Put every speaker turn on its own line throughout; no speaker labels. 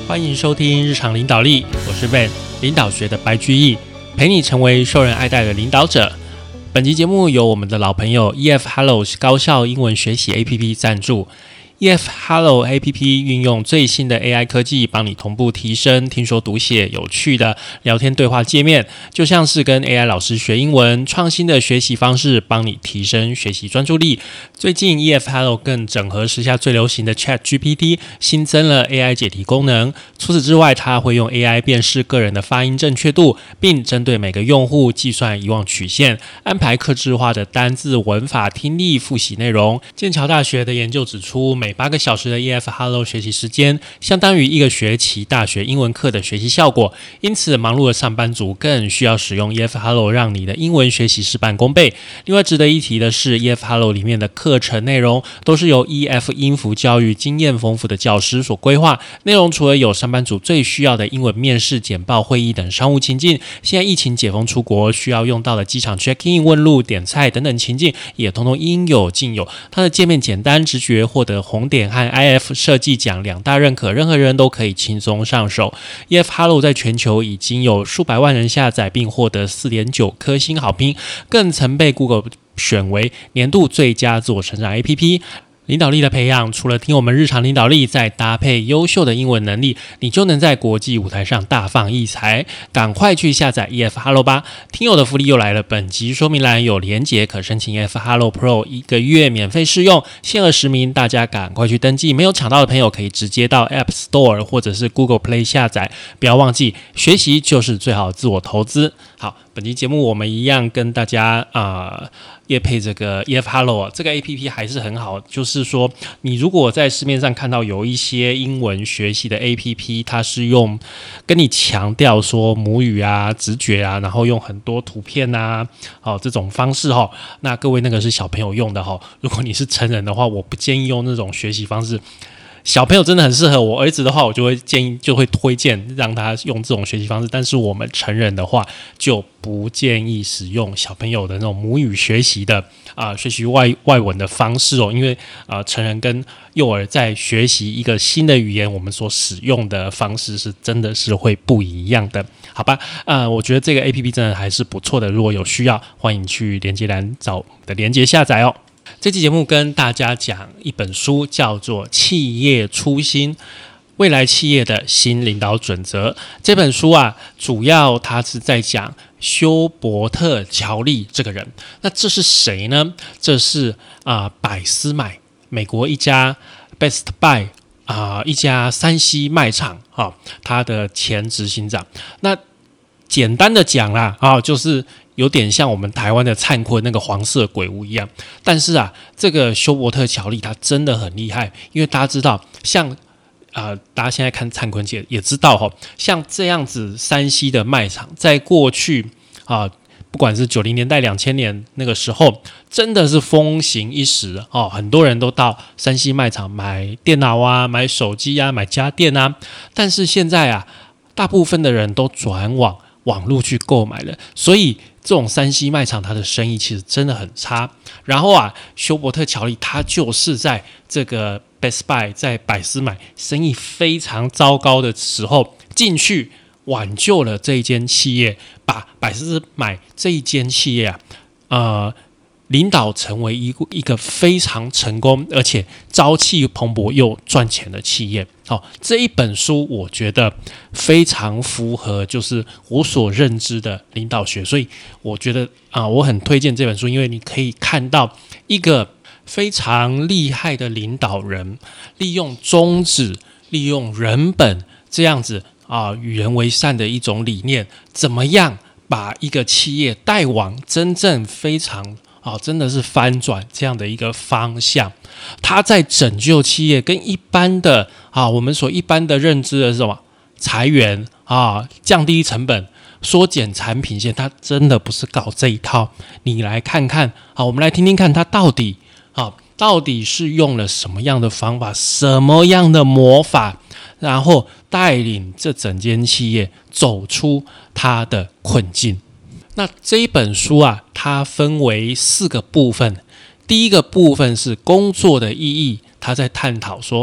欢迎收听日常领导力，我是 Ben， 领导学的白居易，陪你成为受人爱戴的领导者。本集节目由我们的老朋友 EF Hello 高效英文学习 APP 赞助。EF Hello APP 运用最新的 AI 科技，帮你同步提升听说读写有趣的聊天对话界面，就像是跟 AI 老师学英文，创新的学习方式，帮你提升学习专注力。最近 EF Hello 更整合时下最流行的 ChatGPT， 新增了 AI 解题功能。除此之外，它会用 AI 辨识个人的发音正确度，并针对每个用户计算遗忘曲线，安排客制化的单字、文法、听力复习内容。剑桥大学的研究指出，每8个小时的 EF Hello 学习时间，相当于1个学期大学英文课的学习效果。因此，忙碌的上班族更需要使用 EF Hello， 让你的英文学习事半功倍。另外值得一提的是， EF Hello 里面的课程内容都是由 EF 英孚教育经验丰富的教师所规划。内容除了有上班族最需要的英文面试、简报、会议等商务情境，现在疫情解封出国需要用到的机场 check in、问路、点菜等等情境，也通通应有尽有。它的界面简单直觉，获得红点和 IF 设计奖2大认可，任何人都可以轻松上手。EF Hello 在全球已经有数百万人下载，并获得 4.9 颗星好评，更曾被 Google 选为年度最佳自我成长 APP。领导力的培养，除了听我们日常领导力，再搭配优秀的英文能力，你就能在国际舞台上大放异彩。赶快去下载 EF Hello 吧！听友的福利又来了，本集说明栏有连结，可申请 EF Hello Pro 1个月免费试用，限额10名，大家赶快去登记。没有抢到的朋友可以直接到 App Store 或者是 Google Play 下载。不要忘记，学习就是最好的自我投资。好，本期节目我们一样跟大家业配这个 EF Hello 这个 APP 还是很好，就是说你如果在市面上看到有一些英文学习的 APP， 它是用跟你强调说母语啊、直觉啊，然后用很多图片啊，这种方式那各位那个是小朋友用的如果你是成人的话，我不建议用那种学习方式。小朋友真的很适合，我儿子的话，我就会建议，就会推荐让他用这种学习方式。但是我们成人的话，就不建议使用小朋友的那种母语学习的学习外文的方式因为成人跟幼儿在学习一个新的语言，我们所使用的方式是真的是会不一样的，好吧？我觉得这个 APP 真的还是不错的，如果有需要，欢迎去连结栏找的连结下载这期节目跟大家讲一本书，叫做《企业初心：未来企业的新领导准则》。这本书主要它是在讲休伯特·乔利这个人。那这是谁呢？这是百思买，美国一家 Best Buy 一家3C 卖场他的前执行长。那简单的讲啦就是有点像我们台湾的灿坤那个黄色鬼屋一样，但是这个休伯特·乔利他真的很厉害，因为大家知道，像大家现在看灿坤姐也知道像这样子3C 的卖场，在过去不管是90年代、2000年那个时候，真的是风行一时很多人都到3C 卖场买电脑买手机买家电但是现在大部分的人都转往网络去购买了，所以这种3C 卖场它的生意其实真的很差。然后休伯特·乔利他就是在这个 Best Buy 在百思买生意非常糟糕的时候进去挽救了这一间企业，把百思买这一间企业领导成为一个非常成功而且朝气蓬勃又赚钱的企业。这一本书我觉得非常符合就是我所认知的领导学，所以我觉得我很推荐这本书，因为你可以看到一个非常厉害的领导人利用宗旨、利用人本这样子与人为善的一种理念，怎么样把一个企业带往真正非常真的是翻转这样的一个方向。他在拯救企业跟一般的我们所一般的认知的是什么？裁员降低成本、缩减产品线，他真的不是搞这一套。你来看看我们来听听看他到底是用了什么样的方法、什么样的魔法，然后带领这整间企业走出他的困境。那这一本书它分为4个部分。第一个部分是工作的意义，他在探讨说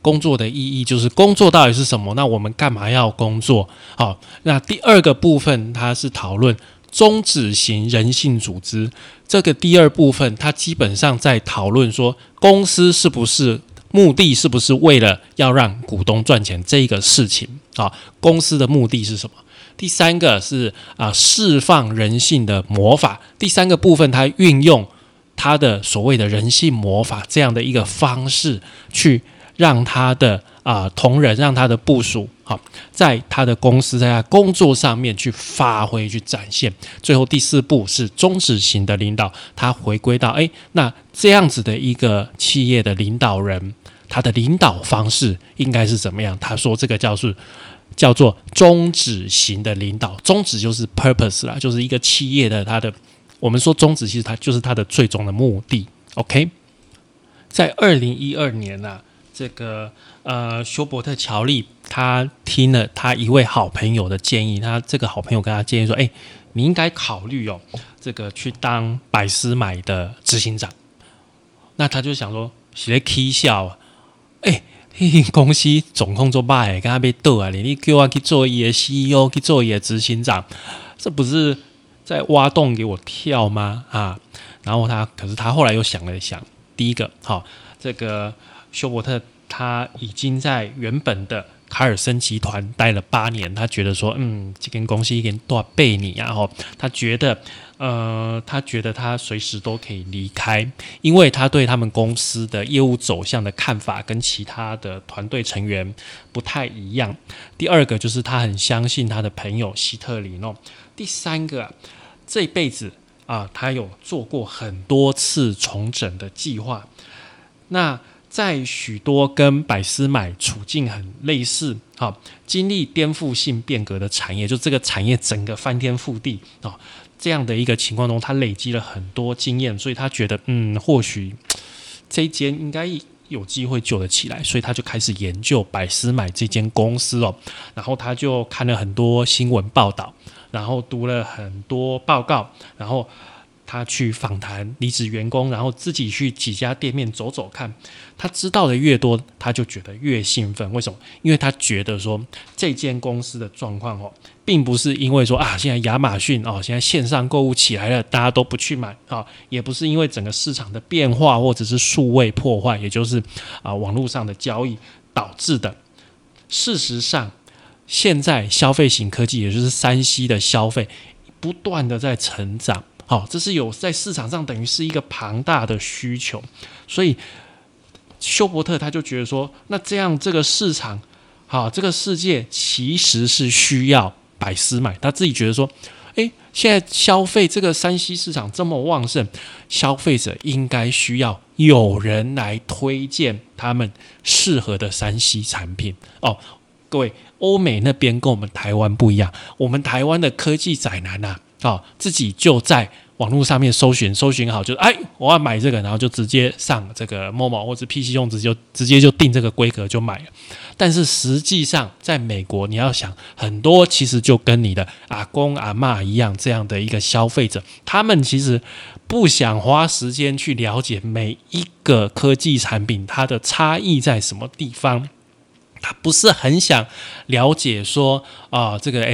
工作的意义就是工作到底是什么？那我们干嘛要工作？好，那第二个部分它是讨论宗旨型人性组织。这个第二部分它基本上在讨论说公司是不是目的是不是为了要让股东赚钱这个事情啊？公司的目的是什么？第三个是释放人性的魔法。第三个部分，它运用它的所谓的人性魔法这样的一个方式，去让他的同仁，让他的部属在他的公司，在他工作上面去发挥、去展现。最后第四步是宗旨型的领导，他回归到那这样子的一个企业的领导人，他的领导方式应该是怎么样？他说这个叫做宗旨型的领导。宗旨就是 purpose 啦，就是一个企业的它的，我们说宗旨其实它就是它的最终的目的。OK， 在2012年这个休伯特乔利他听了他一位好朋友的建议，他这个好朋友跟他建议说，你应该考虑这个去当百思买的执行长。那他就想说，是在起笑公司总控做歹，跟他被斗啊！你叫我去做一个 CEO， 去做一个执行长，这不是在挖洞给我跳吗？然后可是他后来又想了想，第一个，这个休伯特他已经在原本的卡尔森集团待了8年，他觉得说，这间公司已经多背你他觉得他随时都可以离开，因为他对他们公司的业务走向的看法跟其他的团队成员不太一样。第二个就是他很相信他的朋友希特里诺。第三个这一辈子他有做过很多次重整的计划。那在许多跟百思买处境很类似经历颠覆性变革的产业，就这个产业整个翻天覆地这样的一个情况中，他累积了很多经验，所以他觉得或许这一间应该有机会救得起来，所以他就开始研究百思买这间公司然后他就看了很多新闻报道，然后读了很多报告，然后他去访谈离职员工，然后自己去几家店面走走看。他知道的越多，他就觉得越兴奋。为什么？因为他觉得说这间公司的状况并不是因为说现在亚马逊现在线上购物起来了，大家都不去买也不是因为整个市场的变化或者是数位破坏，也就是网络上的交易导致的。事实上，现在消费型科技，也就是 3C 的消费，不断的在成长。这是有在市场上等于是一个庞大的需求，所以休伯特他就觉得说，那这样这个市场这个世界其实是需要百思买。他自己觉得说现在消费这个 3C 市场这么旺盛，消费者应该需要有人来推荐他们适合的 3C 产品各位，欧美那边跟我们台湾不一样，我们台湾的科技宅男自己就在网络上面搜寻好，就我要买这个，然后就直接上这个 Momo 或者 PC 用直接就定这个规格就买了。但是实际上在美国，你要想很多其实就跟你的阿公阿嬷一样，这样的一个消费者，他们其实不想花时间去了解每一个科技产品它的差异在什么地方。他不是很想了解说这个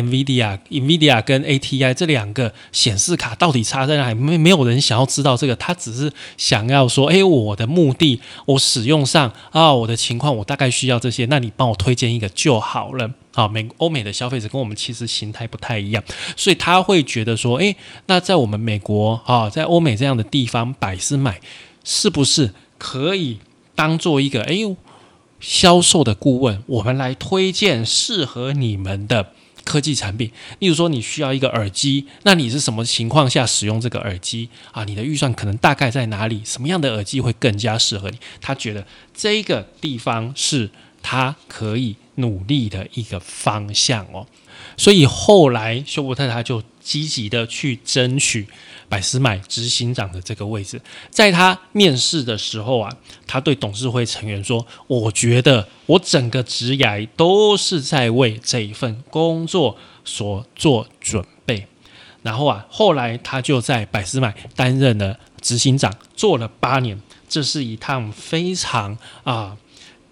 NVIDIA 跟 ATI 这两个显示卡到底差在哪里，没有人想要知道这个，他只是想要说我的目的，我使用上我的情况，我大概需要这些，那你帮我推荐一个就好了。欧美的消费者跟我们其实形态不太一样，所以他会觉得说那在我们美国在欧美这样的地方，百思买是不是可以当做一个销售的顾问，我们来推荐适合你们的科技产品。例如说你需要一个耳机，那你是什么情况下使用这个耳机你的预算可能大概在哪里，什么样的耳机会更加适合你，他觉得这个地方是他可以努力的一个方向所以后来休伯特他就积极的去争取百思买执行长的这个位置。在他面试的时候他对董事会成员说，我觉得我整个职涯都是在为这一份工作所做准备。然后后来他就在百思买担任了执行长，做了8年。这是一趟非常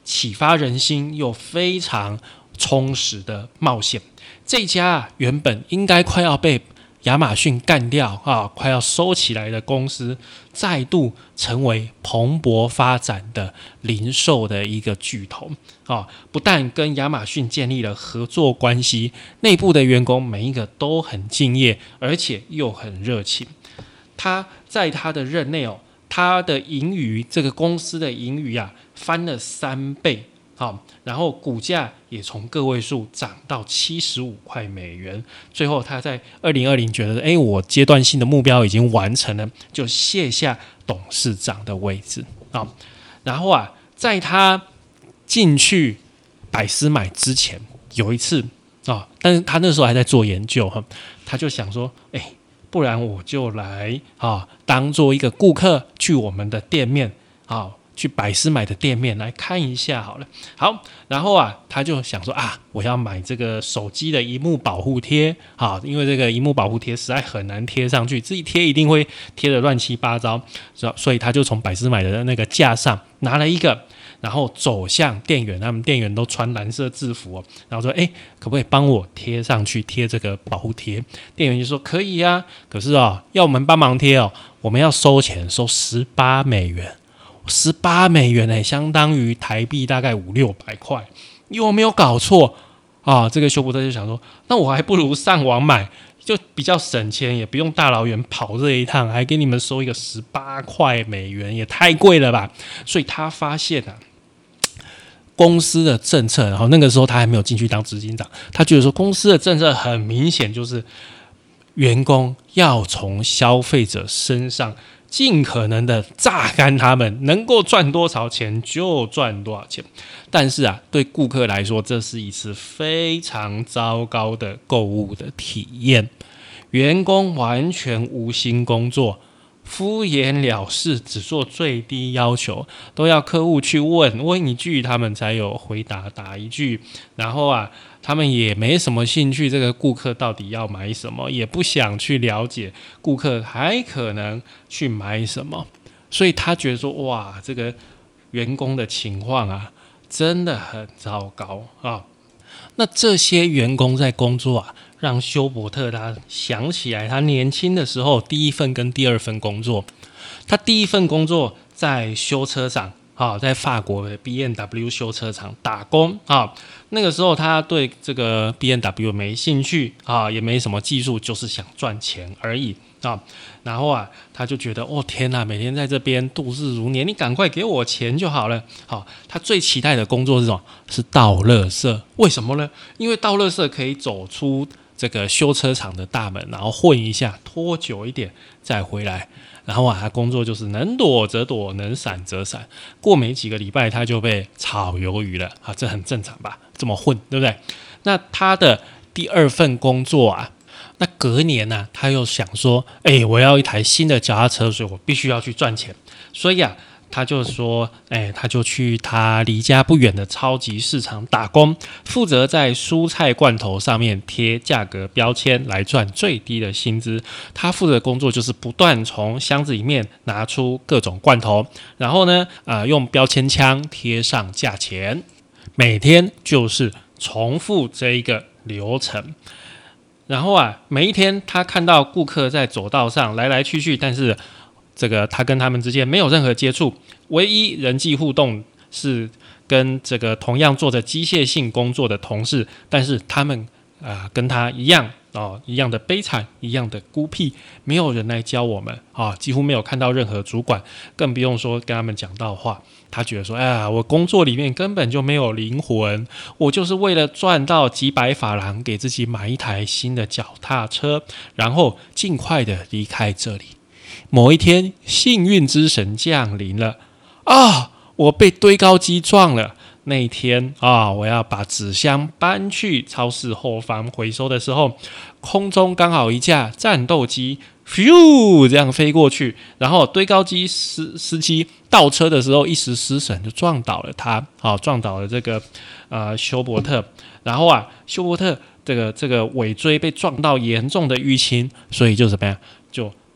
启发人心又非常充实的冒险。这家原本应该快要被亚马逊干掉快要收起来的公司，再度成为蓬勃发展的零售的一个巨头不但跟亚马逊建立了合作关系，内部的员工每一个都很敬业，而且又很热情。他在他的任内他的盈余，这个公司的盈余翻了3倍然后股价也从个位数涨到75块美元。最后他在2020觉得我阶段性的目标已经完成了，就卸下董事长的位置然后在他进去百思买之前，有一次但是他那时候还在做研究他就想说不然我就来当做一个顾客去我们的店面去百思买的店面来看一下好了。好，然后他就想说我要买这个手机的萤幕保护贴因为这个萤幕保护贴实在很难贴上去，自己贴一定会贴得乱七八糟，所以他就从百思买的那个架上拿了一个，然后走向店员，他们店员都穿蓝色制服然后说可不可以帮我贴上去，贴这个保护贴？店员就说可以可是要我们帮忙贴我们要收钱，收18美元。18美元相当于台币大概500-600块，有没有搞错这个休伯特就想说，那我还不如上网买，就比较省钱，也不用大老远跑这一趟，还给你们收一个18块美元，也太贵了吧。所以他发现公司的政策，然后那个时候他还没有进去当执行长，他觉得说公司的政策很明显就是员工要从消费者身上尽可能的榨干他们，能够赚多少钱就赚多少钱。但是对顾客来说，这是一次非常糟糕的购物的体验。员工完全无心工作，敷衍了事，只做最低要求，都要客户去问一句，他们才有回答，答一句。然后他们也没什么兴趣，这个顾客到底要买什么，也不想去了解顾客还可能去买什么。所以他觉得说，哇，这个员工的情况真的很糟糕那这些员工在工作让休伯特他想起来他年轻的时候第一份跟第二份工作。他第一份工作在修车厂在法国的 B&W 修车厂打工那个时候他对这个 B&W 没兴趣也没什么技术，就是想赚钱而已然后他就觉得天哪，每天在这边度日如年，你赶快给我钱就好了他最期待的工作是什么？是倒垃圾。为什么呢？因为倒垃圾可以走出这个修车厂的大门，然后混一下，拖久一点再回来。然后他工作就是能躲则躲，能闪则闪。过没几个礼拜他就被炒鱿鱼了这很正常吧？这么混，对不对？那他的第二份工作那隔年他又想说我要一台新的脚踏车，所以我必须要去赚钱。所以他就说他就去他离家不远的超级市场打工，负责在蔬菜罐头上面贴价格标签来赚最低的薪资。他负责的工作就是不断从箱子里面拿出各种罐头，然后呢用标签枪贴上价钱，每天就是重复这一个流程。然后每一天他看到顾客在走道上来来去去，但是这个他跟他们之间没有任何接触，唯一人际互动是跟这个同样做着机械性工作的同事，但是他们跟他一样一样的悲惨，一样的孤僻，没有人来教我们几乎没有看到任何主管，更不用说跟他们讲到话。他觉得说我工作里面根本就没有灵魂，我就是为了赚到几百法郎，给自己买一台新的脚踏车，然后尽快的离开这里。某一天幸运之神降临了我被堆高机撞了。那一天我要把纸箱搬去超市后方回收的时候，空中刚好一架战斗机这样飞过去，然后堆高机司机倒车的时候一时失神，就撞倒了他撞倒了这个休伯特。然后休伯特这个尾椎被撞到严重的淤青，所以就怎么样，就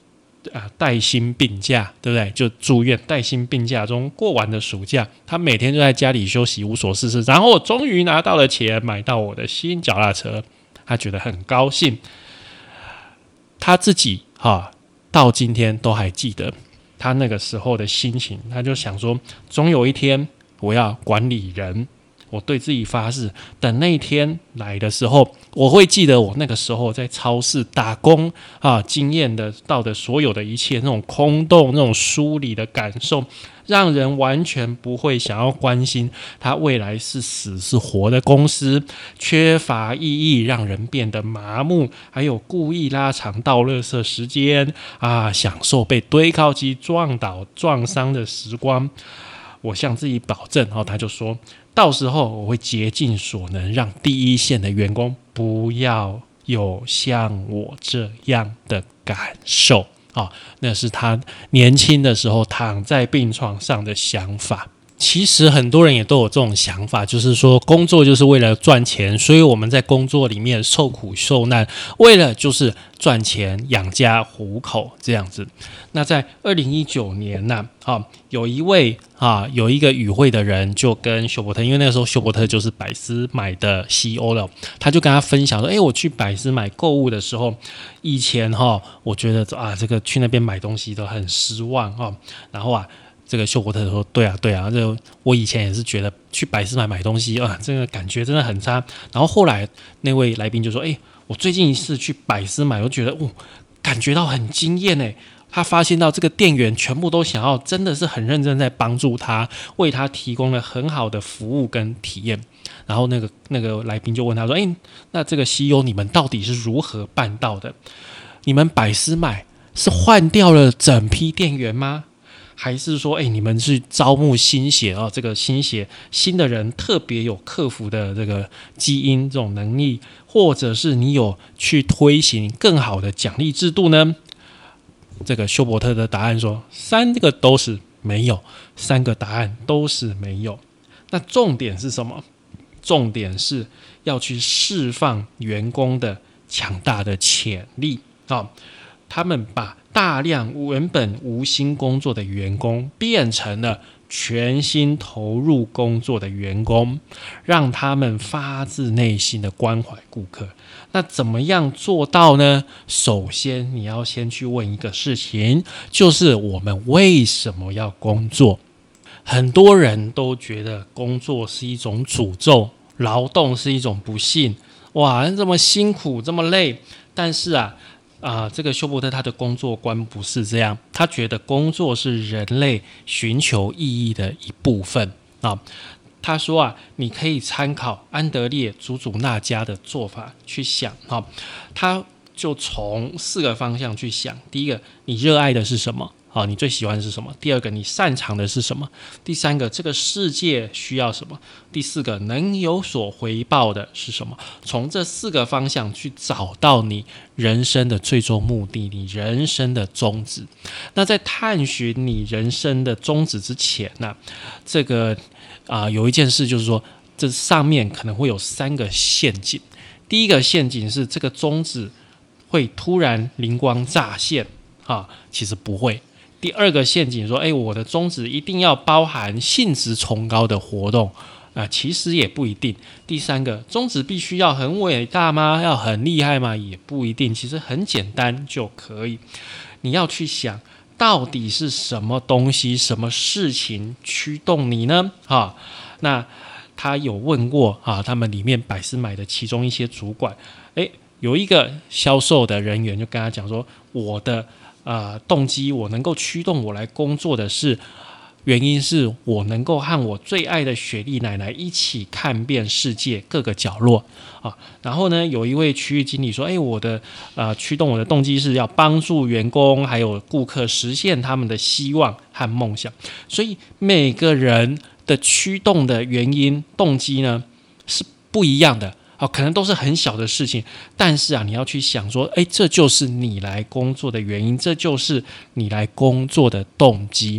带薪病假，对不对？就住院带薪病假中过完的暑假，他每天就在家里休息，无所事事。然后我终于拿到了钱，买到我的新脚踏车，他觉得很高兴。他自己到今天都还记得他那个时候的心情，他就想说，总有一天我要管理人。我对自己发誓，等那一天来的时候，我会记得我那个时候在超市打工经验的到的所有的一切，那种空洞、那种疏离的感受，让人完全不会想要关心他未来是死是活的公司，缺乏意义，让人变得麻木，还有故意拉长倒垃圾时间享受被堆靠机撞倒、撞伤的时光。我向自己保证，他就说，到时候我会竭尽所能，让第一线的员工不要有像我这样的感受那是他年轻的时候躺在病床上的想法。其实很多人也都有这种想法，就是说工作就是为了赚钱，所以我们在工作里面受苦受难，为了就是赚钱养家糊口这样子。那在2019年有一个与会的人就跟休伯特，因为那个时候休伯特就是百思买的 CEO 了，他就跟他分享说，我去百思买购物的时候，以前我觉得这个去那边买东西都很失望然后这个休伯特说，对啊，这我以前也是觉得去百思买东西这个感觉真的很差。然后后来那位来宾就说，我最近一次去百思买，我觉得感觉到很惊艳他发现到这个店员全部都想要，真的是很认真在帮助他，为他提供了很好的服务跟体验。然后那个来宾就问他说，那这个 CEO 你们到底是如何办到的？你们百思买是换掉了整批店员吗？还是说你们是招募新血这个新的人特别有克服的这个基因这种能力，或者是你有去推行更好的奖励制度呢？这个休伯特的答案说，3个都是没有，3个答案都是没有。那重点是什么？重点是要去释放员工的强大的潜力他们把大量原本无心工作的员工变成了全心投入工作的员工，让他们发自内心的关怀顾客。那怎么样做到呢？首先你要先去问一个事情，就是我们为什么要工作？很多人都觉得工作是一种诅咒，劳动是一种不幸，这么辛苦这么累。但是这个休伯特他的工作观不是这样，他觉得工作是人类寻求意义的一部分他说你可以参考安德烈·祖祖纳加的做法去想他就从4个方向去想。第一个，你热爱的是什么？你最喜欢的是什么？第二个，你擅长的是什么？第三个，这个世界需要什么？第4个，能有所回报的是什么？从这4个方向去找到你人生的最终目的，你人生的宗旨。那在探寻你人生的宗旨之前这个有一件事就是说，这上面可能会有3个陷阱。第一个陷阱是这个宗旨会突然灵光乍现其实不会。第2个陷阱说，我的宗旨一定要包含性质崇高的活动其实也不一定。第3个，宗旨必须要很伟大吗？要很厉害吗？也不一定，其实很简单就可以。你要去想，到底是什么东西、什么事情驱动你呢？那他有问过他们里面百思买的其中一些主管，有一个销售的人员就跟他讲说，我的动机，我能够驱动我来工作的是，原因是我能够和我最爱的雪莉奶奶一起看遍世界各个角落然后呢，有一位区域经理说，我的驱动我的动机是要帮助员工还有顾客实现他们的希望和梦想。所以每个人的驱动的原因动机呢是不一样的可能都是很小的事情，但是你要去想说，这就是你来工作的原因，这就是你来工作的动机。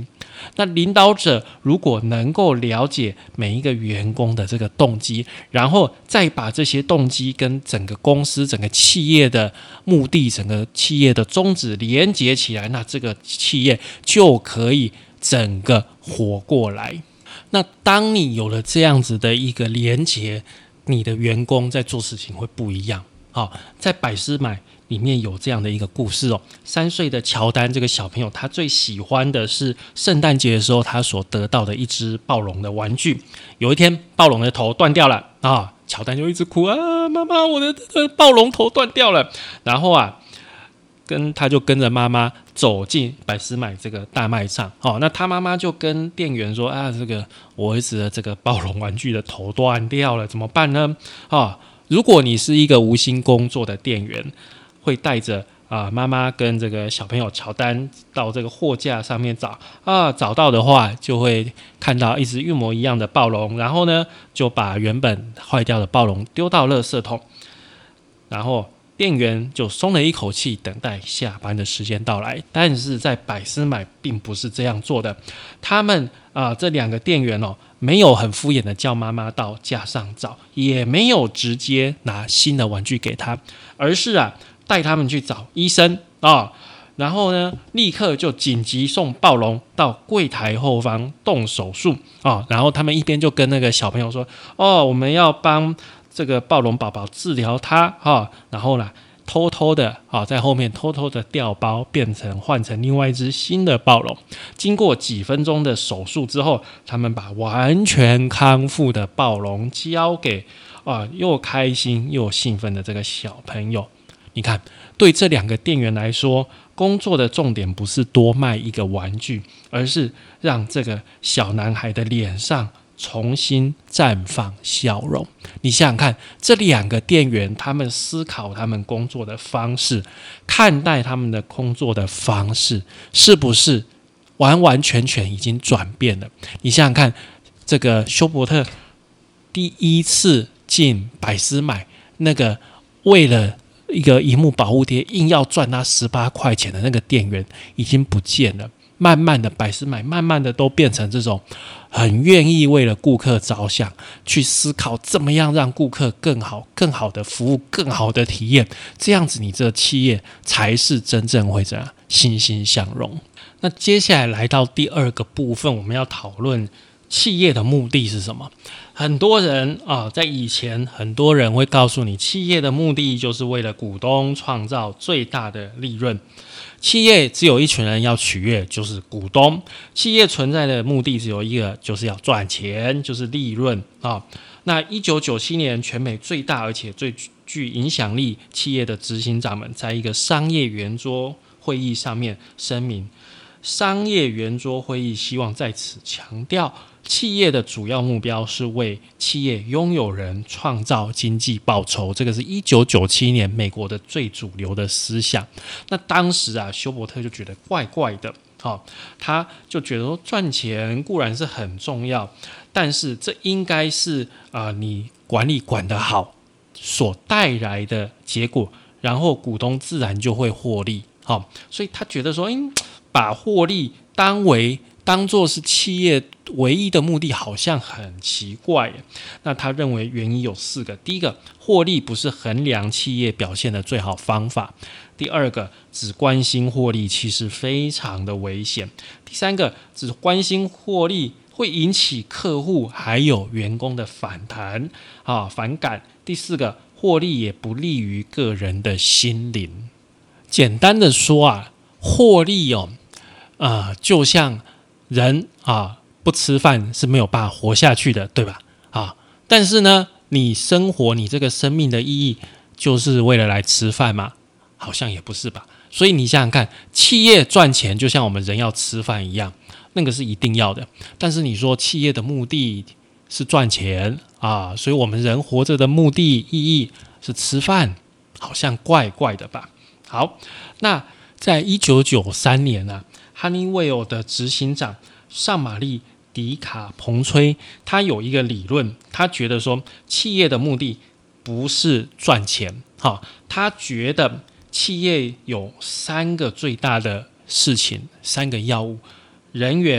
那领导者如果能够了解每一个员工的这个动机，然后再把这些动机跟整个公司、整个企业的目的、整个企业的宗旨连接起来，那这个企业就可以整个活过来。那当你有了这样子的一个连结，你的员工在做事情会不一样。在百思买里面有这样的一个故事3岁的乔丹这个小朋友，他最喜欢的是圣诞节的时候他所得到的一只暴龙的玩具。有一天暴龙的头断掉了乔丹就一直哭妈妈，我的暴龙头断掉了。然后他就跟着妈妈走进百思买这个大卖场那他妈妈就跟店员说这个我儿子的这个暴龙玩具的头断掉了，怎么办呢如果你是一个无心工作的店员，会带着妈妈跟这个小朋友乔丹到这个货架上面找到的话，就会看到一只一模一样的暴龙，然后呢就把原本坏掉的暴龙丢到垃圾桶，然后店员就松了一口气，等待下班的时间到来。但是在百思买并不是这样做的，他们这2个店员没有很敷衍的叫妈妈到架上找，也没有直接拿新的玩具给他，而是带他们去找医生然后呢立刻就紧急送暴龙到柜台后方动手术然后他们一边就跟那个小朋友说我们要帮这个暴龙宝宝治疗它然后偷偷的在后面偷偷的调包，换成另外一只新的暴龙。经过几分钟的手术之后，他们把完全康复的暴龙交给又开心又兴奋的这个小朋友。你看，对这2个店员来说，工作的重点不是多卖一个玩具，而是让这个小男孩的脸上重新绽放笑容。你想想看，这2个店员他们思考他们工作的方式，看待他们的工作的方式，是不是完完全全已经转变了？你想想看，这个休伯特第一次进百思买，那个为了一个萤幕保护贴硬要赚他18块钱的那个店员已经不见了。慢慢的百思买慢慢的都变成这种很愿意为了顾客着想，去思考怎么样让顾客更好的服务，更好的体验，这样子你这个企业才是真正会这样欣欣向荣。那接下来来到第2个部分，我们要讨论企业的目的是什么。很多人在以前很多人会告诉你，企业的目的就是为了股东创造最大的利润。企业只有一群人要取悦，就是股东。企业存在的目的只有一个，就是要赚钱，就是利润那1997年全美最大而且最具影响力企业的执行长们在一个商业圆桌会议上面声明，商业圆桌会议希望在此强调，企业的主要目标是为企业拥有人创造经济报酬，这个是1997年美国的最主流的思想。那当时休伯特就觉得怪怪的他就觉得说赚钱固然是很重要，但是这应该是你管理管得好所带来的结果，然后股东自然就会获利所以他觉得说把获利当作是企业唯一的目的好像很奇怪耶。那他认为原因有4个。第一个，获利不是衡量企业表现的最好方法。第2个，只关心获利其实非常的危险。第3个，只关心获利会引起客户还有员工的反感。第4个，获利也不利于个人的心灵。简单的说获利就像人不吃饭是没有办法活下去的，对吧但是呢你生活你这个生命的意义就是为了来吃饭吗？好像也不是吧。所以你想想看，企业赚钱就像我们人要吃饭一样，那个是一定要的。但是你说企业的目的是赚钱所以我们人活着的目的意义是吃饭，好像怪怪的吧。好，那在1993年Honeywell 的执行长尚玛丽迪卡彭崔，他有一个理论，他觉得说企业的目的不是赚钱他觉得企业有3个最大的事情，3个要务：人员、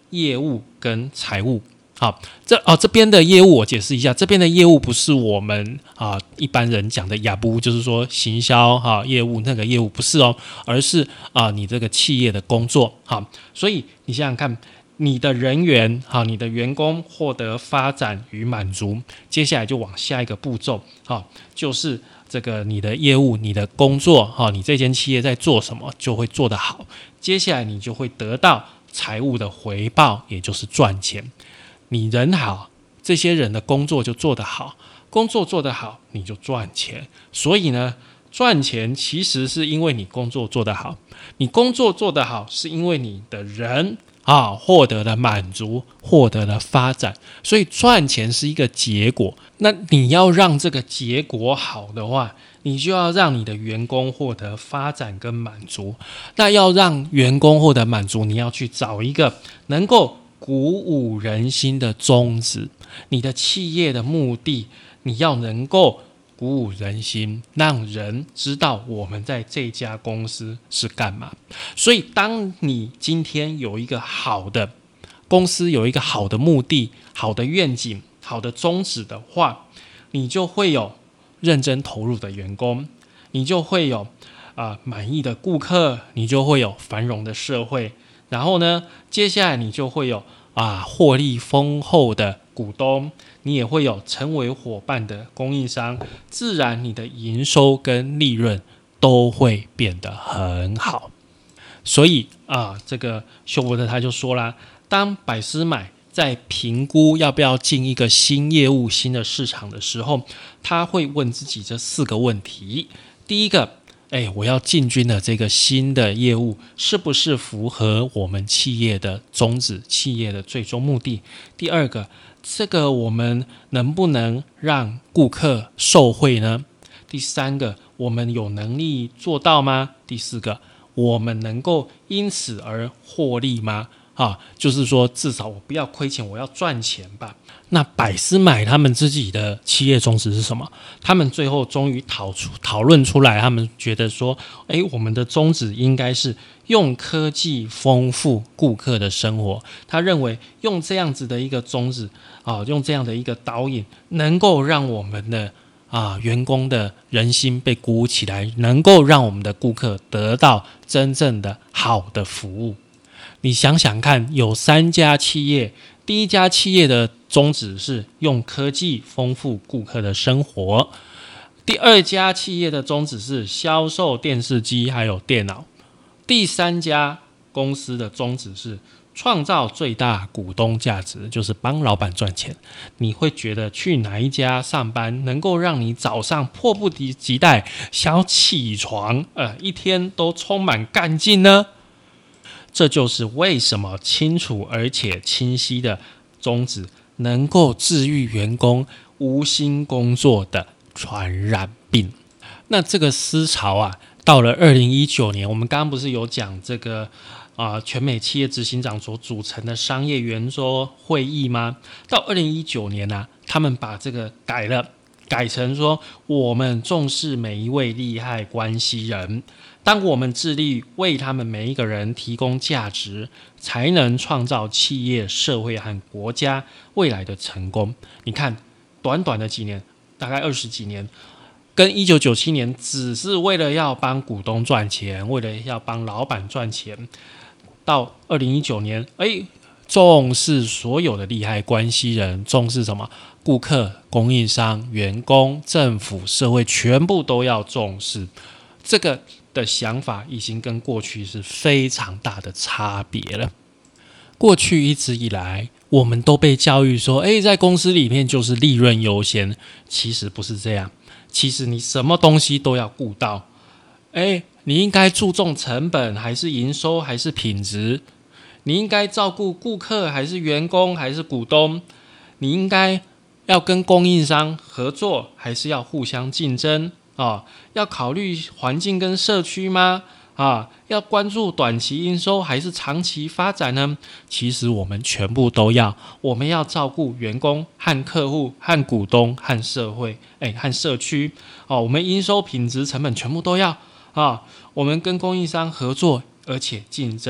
业务跟财务。好，这边的业务我解释一下，这边的业务不是我们一般人讲的亚布，就是说行销业务那个业务不是哦，而是你这个企业的工作。好，所以你想想看，你的人员你的员工获得发展与满足，接下来就往下一个步骤，就是这个你的业务、你的工作你这间企业在做什么就会做得好，接下来你就会得到财务的回报，也就是赚钱。你人好，这些人的工作就做得好，工作做得好，你就赚钱。所以呢，赚钱其实是因为你工作做得好，你工作做得好是因为你的人获得了满足，获得了发展，所以赚钱是一个结果。那你要让这个结果好的话，你就要让你的员工获得发展跟满足。那要让员工获得满足，你要去找一个能够鼓舞人心的宗旨，你的企业的目的，你要能够鼓舞人心，让人知道我们在这家公司是干嘛。所以当你今天有一个好的公司，有一个好的目的、好的愿景、好的宗旨的话，你就会有认真投入的员工，你就会有满意的顾客，你就会有繁荣的社会。然后呢，接下来你就会有获利丰厚的股东，你也会有成为伙伴的供应商，自然你的营收跟利润都会变得很好。所以这个休伯特他就说啦，当百思买在评估要不要进一个新业务、新的市场的时候，他会问自己这4个问题。第一个，我要进军的这个新的业务是不是符合我们企业的宗旨、企业的最终目的？第二个，这个我们能不能让顾客受惠呢？第三个，我们有能力做到吗？第四个，我们能够因此而获利吗？就是说至少我不要亏钱，我要赚钱吧。那百思买他们自己的企业宗旨是什么？他们最后终于讨论出来，他们觉得说我们的宗旨应该是用科技丰富顾客的生活。他认为用这样子的一个宗旨用这样的一个导引，能够让我们的员工的人心被鼓舞起来，能够让我们的顾客得到真正的好的服务。你想想看，有3家企业，第一家企业的宗旨是用科技丰富顾客的生活，第2家企业的宗旨是销售电视机还有电脑，第3家公司的宗旨是创造最大股东价值，就是帮老板赚钱。你会觉得去哪一家上班能够让你早上迫不及待想要起床，一天都充满干劲呢？这就是为什么清楚而且清晰的宗旨能够治愈员工无心工作的传染病。那这个思潮到了2019年，我们刚刚不是有讲这个全美企业执行长所组成的商业圆桌会议吗？到2019年他们把这个改成说，我们重视每一位利害关系人，当我们致力为他们每一个人提供价值，才能创造企业、社会和国家未来的成功。你看，短短的几年，大概20几年，跟1997年只是为了要帮股东赚钱，为了要帮老板赚钱，到2019年，重视所有的利害关系人，重视什么？顾客、供应商、员工、政府、社会，全部都要重视。这个的想法已经跟过去是非常大的差别了。过去一直以来，我们都被教育说，在公司里面就是利润优先。其实不是这样，其实你什么东西都要顾到。你应该注重成本，还是营收，还是品质？你应该照顾顾客，还是员工，还是股东？你应该要跟供应商合作，还是要互相竞争？要考虑环境跟社区吗？要关注短期营收还是长期发展呢？其实我们全部都要。我们要照顾员工和客户和股东和社会，和社区。我们营收、品质、成本全部都要。我们跟供应商合作，而且竞争。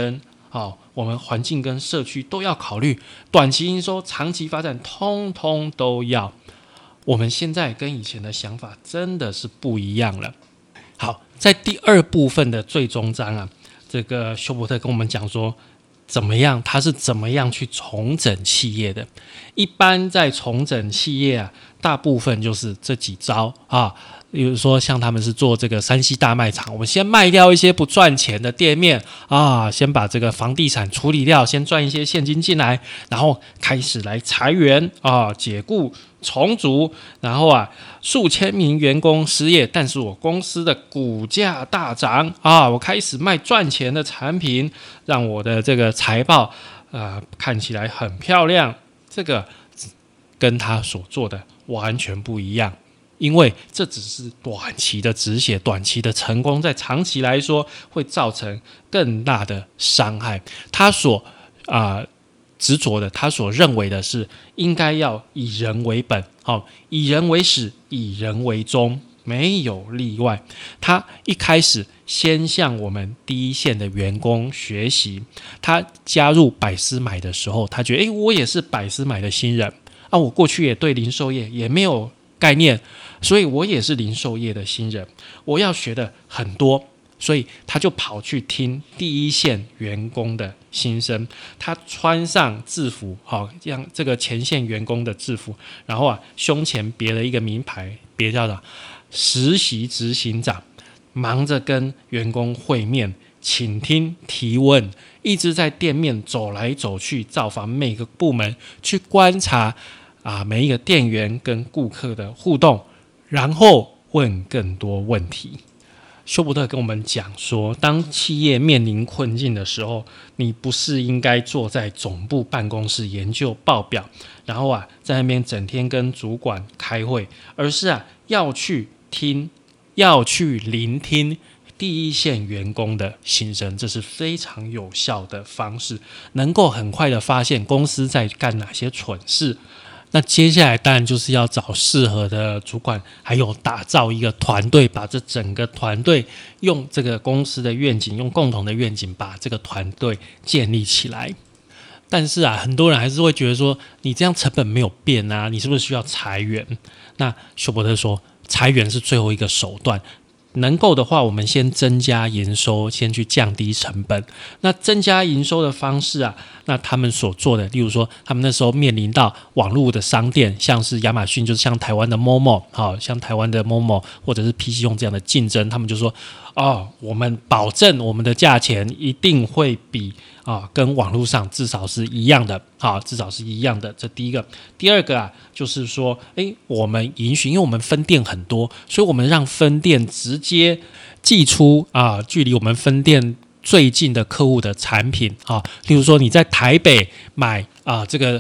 我们环境跟社区都要考虑，短期营收、长期发展，通通都要。我们现在跟以前的想法真的是不一样了。好，在第二部分的最终章啊，这个休伯特跟我们讲说，他是怎么样去重整企业的。一般在重整企业啊，大部分就是这几招啊。比如说像他们是做这个3C 大卖场，我们先卖掉一些不赚钱的店面啊，先把这个房地产处理掉，先赚一些现金进来，然后开始来裁员啊，解雇重组，然后数千名员工失业，但是我公司的股价大涨啊，我开始卖赚钱的产品，让我的这个财报看起来很漂亮。这个跟他所做的完全不一样。因为这只是短期的止血，短期的成功，在长期来说会造成更大的伤害。他所执着的，他所认为的是应该要以人为本，以人为始，以人为终，没有例外。他一开始先向我们第一线的员工学习。他加入百思买的时候，他觉得我也是百思买的新人啊，我过去也对零售业也没有概念，所以我也是零售业的新人，我要学的很多，所以他就跑去听第一线员工的心声。他穿上制服，像这个前线员工的制服，然后胸前别了一个名牌，别叫的实习执行长，忙着跟员工会面、倾听、提问，一直在店面走来走去，造访每个部门，去观察每一个店员跟顾客的互动，然后问更多问题。休伯特跟我们讲说，当企业面临困境的时候，你不是应该坐在总部办公室研究报表，然后在那边整天跟主管开会，而是要去听，要去聆听第一线员工的心声，这是非常有效的方式，能够很快的发现公司在干哪些蠢事。那接下来当然就是要找适合的主管，还有打造一个团队，把这整个团队用这个公司的愿景，用共同的愿景把这个团队建立起来。但是很多人还是会觉得说，你这样成本没有变啊，你是不是需要裁员？那休伯特说，裁员是最后一个手段。能够的话，我们先增加营收，先去降低成本。那增加营收的方式那他们所做的，例如说，他们那时候面临到网络的商店，像是亚马逊，就是像台湾的 Momo，像台湾的 Momo 或者是 PC 用这样的竞争，他们就说，我们保证我们的价钱一定会比跟网络上至少是一样的，至少是一样的。这第一个。第二个就是说，我们允许，因为我们分店很多，所以我们让分店直接寄出距离我们分店最近的客户的产品例如说你在台北买这个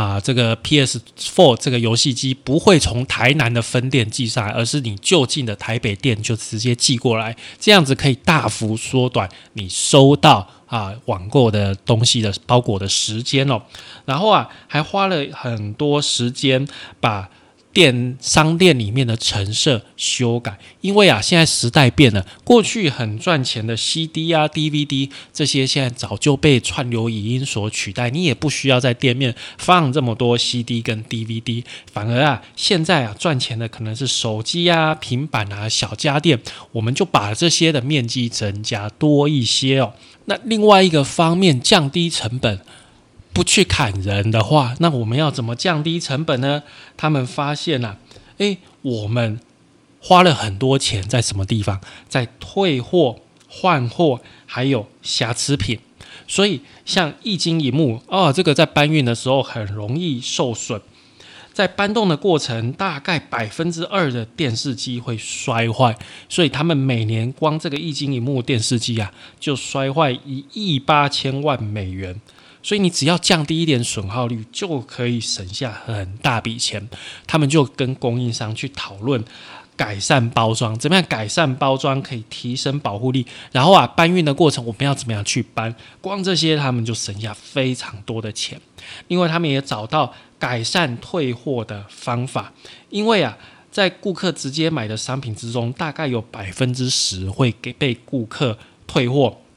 PS4 这个游戏机，不会从台南的分店寄上来，而是你就近的台北店就直接寄过来，这样子可以大幅缩短你收到网购的东西的包裹的时间然后还花了很多时间把商店里面的陈设修改，因为现在时代变了，过去很赚钱的 CD DVD 这些现在早就被串流影音所取代，你也不需要在店面放这么多 CD 跟 DVD， 反而现在赚钱的可能是手机平板小家电，我们就把这些的面积增加多一些那另外一个方面，降低成本，不去砍人的话，那我们要怎么降低成本呢？他们发现我们花了很多钱在什么地方？在退货、换货，还有瑕疵品。所以像液晶萤幕这个在搬运的时候很容易受损，在搬动的过程，大概2%的电视机会摔坏，所以他们每年光这个液晶萤幕电视机就摔坏$1.8千万。所以你只要降低一点损耗率，就可以省下很大笔钱。他们就跟供应商去讨论改善包装，怎么样改善包装可以提升保护力，然后搬运的过程我们要怎么样去搬，光这些他们就省下非常多的钱。另外他们也找到改善退货的方法，因为在顾客直接买的商品之中，大概有10%会被顾客退货。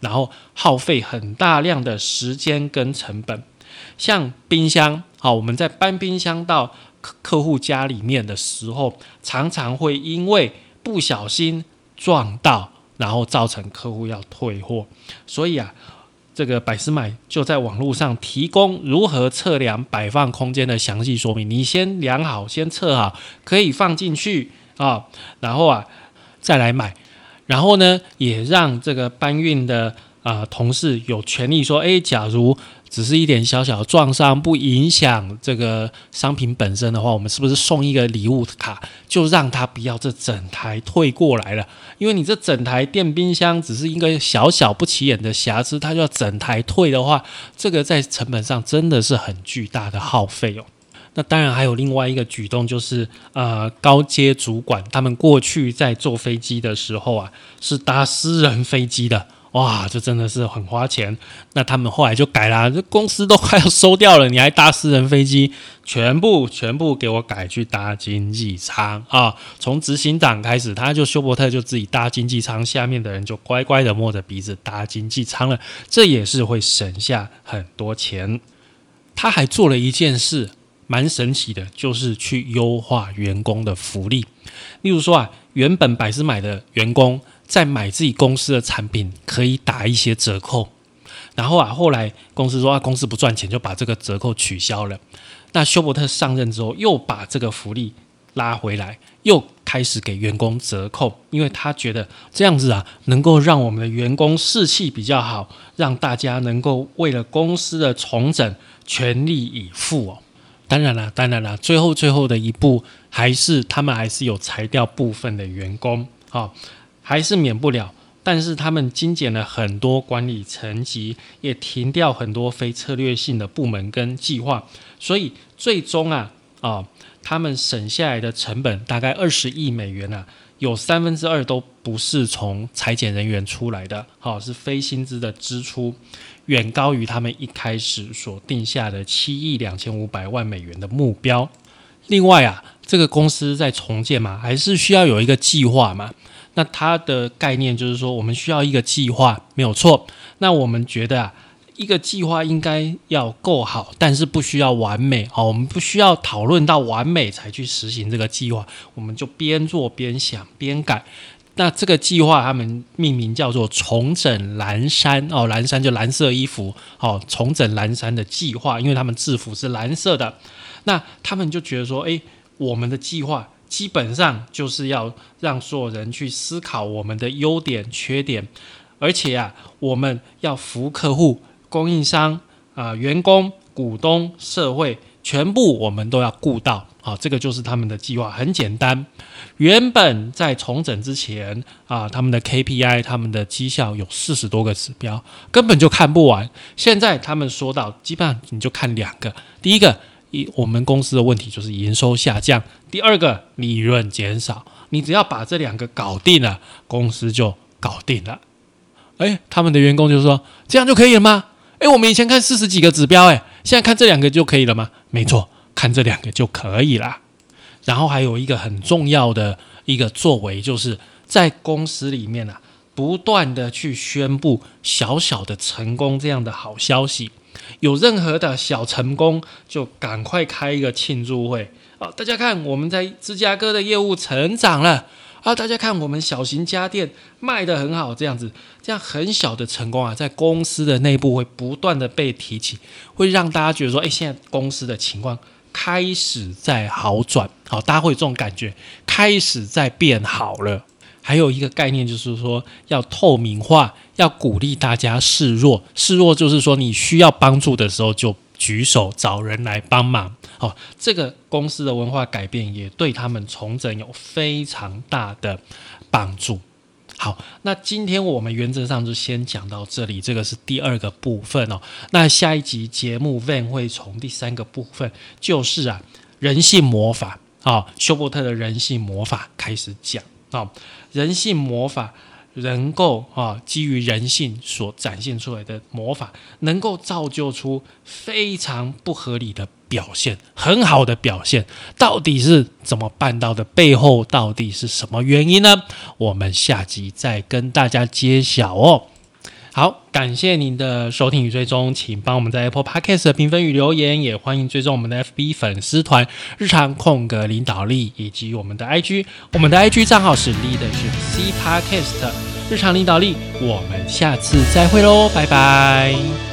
然后耗费很大量的时间跟成本。像冰箱，我们在搬冰箱到客户家里面的时候，常常会因为不小心撞到，然后造成客户要退货。所以这个百思买就在网络上提供如何测量摆放空间的详细说明。你先量好，先测好，可以放进去然后再来买。然后呢，也让这个搬运的同事有权利说，假如只是一点小小的撞伤，不影响这个商品本身的话，我们是不是送一个礼物卡，就让他不要这整台退过来了？因为你这整台电冰箱只是一个小小不起眼的瑕疵，他就要整台退的话，这个在成本上真的是很巨大的耗费哦。那当然还有另外一个举动，就是高阶主管他们过去在坐飞机的时候是搭私人飞机的，哇，这真的是很花钱。那他们后来就改啦，这公司都快要收掉了，你还搭私人飞机，全部给我改去搭经济舱从执行长开始，休伯特就自己搭经济舱，下面的人就乖乖的摸着鼻子搭经济舱了，这也是会省下很多钱。他还做了一件事蛮神奇的，就是去优化员工的福利。例如说原本百思买的员工在买自己公司的产品可以打一些折扣，然后后来公司说公司不赚钱，就把这个折扣取消了。那休伯特上任之后，又把这个福利拉回来，又开始给员工折扣，因为他觉得这样子能够让我们的员工士气比较好，让大家能够为了公司的重整全力以赴当然啦，最后的一步他们还是有裁掉部分的员工还是免不了。但是他们精简了很多管理层级，也停掉很多非策略性的部门跟计划，所以最终他们省下来的成本大概20亿美元有2/3都不是从裁减人员出来的是非薪资的支出，远高于他们一开始所定下的7亿2500万美元的目标。另外这个公司在重建嘛，还是需要有一个计划嘛。那它的概念就是说，我们需要一个计划，没有错。那我们觉得一个计划应该要够好，但是不需要完美我们不需要讨论到完美才去实行这个计划，我们就边做边想边改。那这个计划他们命名叫做重整蓝山蓝山就蓝色衣服重整蓝山的计划，因为他们制服是蓝色的。那他们就觉得说我们的计划基本上就是要让所有人去思考我们的优点缺点，而且我们要服务客户、供应商员工、股东、社会，全部我们都要顾到这个就是他们的计划，很简单。原本在重整之前他们的 KPI 他们的绩效有40多个指标，根本就看不完。现在他们说到基本上你就看2个，第一个我们公司的问题就是营收下降，第二个利润减少，你只要把这2个搞定了，公司就搞定了。他们的员工就说这样就可以了吗？我们以前看40几个指标现在看这2个就可以了吗？没错，看这2个就可以啦。然后还有一个很重要的一个作为，就是在公司里面不断的去宣布小小的成功这样的好消息，有任何的小成功就赶快开一个庆祝会大家看我们在芝加哥的业务成长了大家看我们小型家电卖得很好，这样很小的成功在公司的内部会不断的被提起，会让大家觉得说现在公司的情况开始在好转大家会有这种感觉，开始在变好了。还有一个概念就是说要透明化，要鼓励大家示弱，示弱就是说你需要帮助的时候就举手找人来帮忙这个公司的文化改变也对他们重整有非常大的帮助。好，那今天我们原则上就先讲到这里，这个是第2个部分那下一集节目 Van 会从第3个部分，就是人性魔法休伯特的人性魔法开始讲人性魔法能够基于人性所展现出来的魔法，能够造就出非常不合理的表现，很好的表现，到底是怎么办到的？背后到底是什么原因呢？我们下集再跟大家揭晓好，感谢您的收听与追踪，请帮我们在 Apple Podcast 的评分与留言，也欢迎追踪我们的 FB 粉丝团日常空格领导力，以及我们的 IG， 我们的 IG 账号是 leadership C Podcast 日常领导力，我们下次再会喽，拜拜。